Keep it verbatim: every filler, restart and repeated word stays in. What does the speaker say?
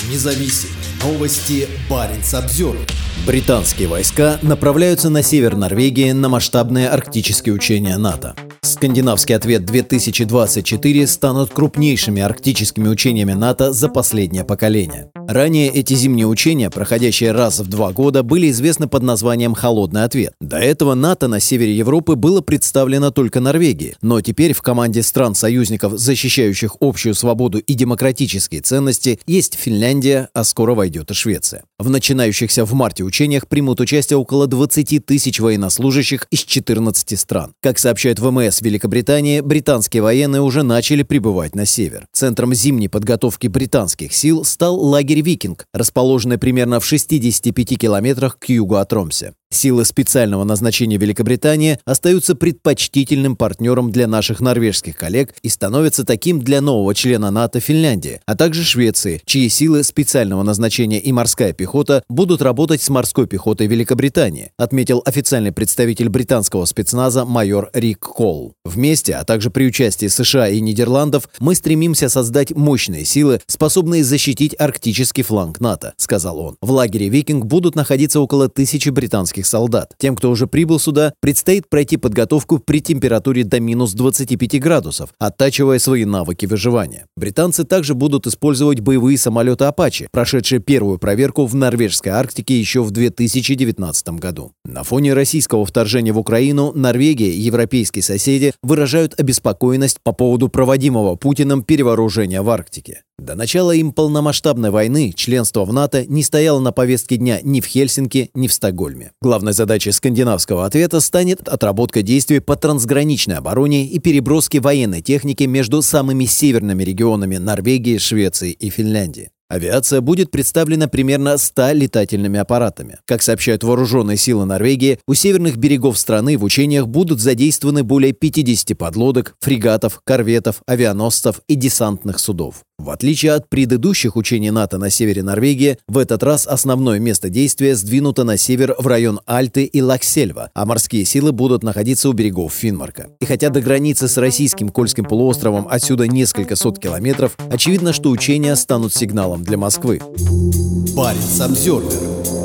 Независимые новости. Баренц-Обзервер. Британские войска направляются на север Норвегии на масштабные арктические учения НАТО. Скандинавский ответ две тысячи двадцать четыре станут крупнейшими арктическими учениями НАТО за последнее поколение. Ранее эти зимние учения, проходящие раз в два года, были известны под названием «Холодный ответ». До этого НАТО на севере Европы было представлено только Норвегией, но теперь в команде стран-союзников, защищающих общую свободу и демократические ценности, есть Финляндия, а скоро войдет и Швеция. В начинающихся в марте учениях примут участие около двадцати тысяч военнослужащих из четырнадцати стран. Как сообщает ВМС Великобритании, британские военные уже начали прибывать на север. Центром зимней подготовки британских сил стал лагерь «Викинг», расположенный примерно в шестидесяти пяти километрах к югу от Ромсе. Силы специального назначения Великобритании остаются предпочтительным партнером для наших норвежских коллег и становятся таким для нового члена НАТО Финляндии, а также Швеции, чьи силы специального назначения и морская пехота будут работать с морской пехотой Великобритании, отметил официальный представитель британского спецназа майор Рик Колл. Вместе, а также при участии США и Нидерландов, мы стремимся создать мощные силы, способные защитить арктический фланг НАТО, сказал он. В лагере «Викинг» будут находиться около тысячи британских солдат. Тем, кто уже прибыл сюда, предстоит пройти подготовку при температуре до минус двадцати пяти градусов, оттачивая свои навыки выживания. Британцы также будут использовать боевые самолеты «Апачи», прошедшие первую проверку в норвежской Арктике еще в две тысячи девятнадцатом году. На фоне российского вторжения в Украину Норвегия и европейские соседи выражают обеспокоенность по поводу проводимого Путиным перевооружения в Арктике. До начала им полномасштабной войны членство в НАТО не стояло на повестке дня ни в Хельсинки, ни в Стокгольме. Главной задачей скандинавского ответа станет отработка действий по трансграничной обороне и переброске военной техники между самыми северными регионами Норвегии, Швеции и Финляндии. Авиация будет представлена примерно ста летательными аппаратами. Как сообщают вооруженные силы Норвегии, у северных берегов страны в учениях будут задействованы более пятидесяти подлодок, фрегатов, корветов, авианосцев и десантных судов. В отличие от предыдущих учений НАТО на севере Норвегии, в этот раз основное место действия сдвинуто на север в район Альты и Лаксельва, а морские силы будут находиться у берегов Финмарка. И хотя до границы с российским Кольским полуостровом отсюда несколько сот километров, очевидно, что учения станут сигналом для Москвы. Баренц-Обзервер.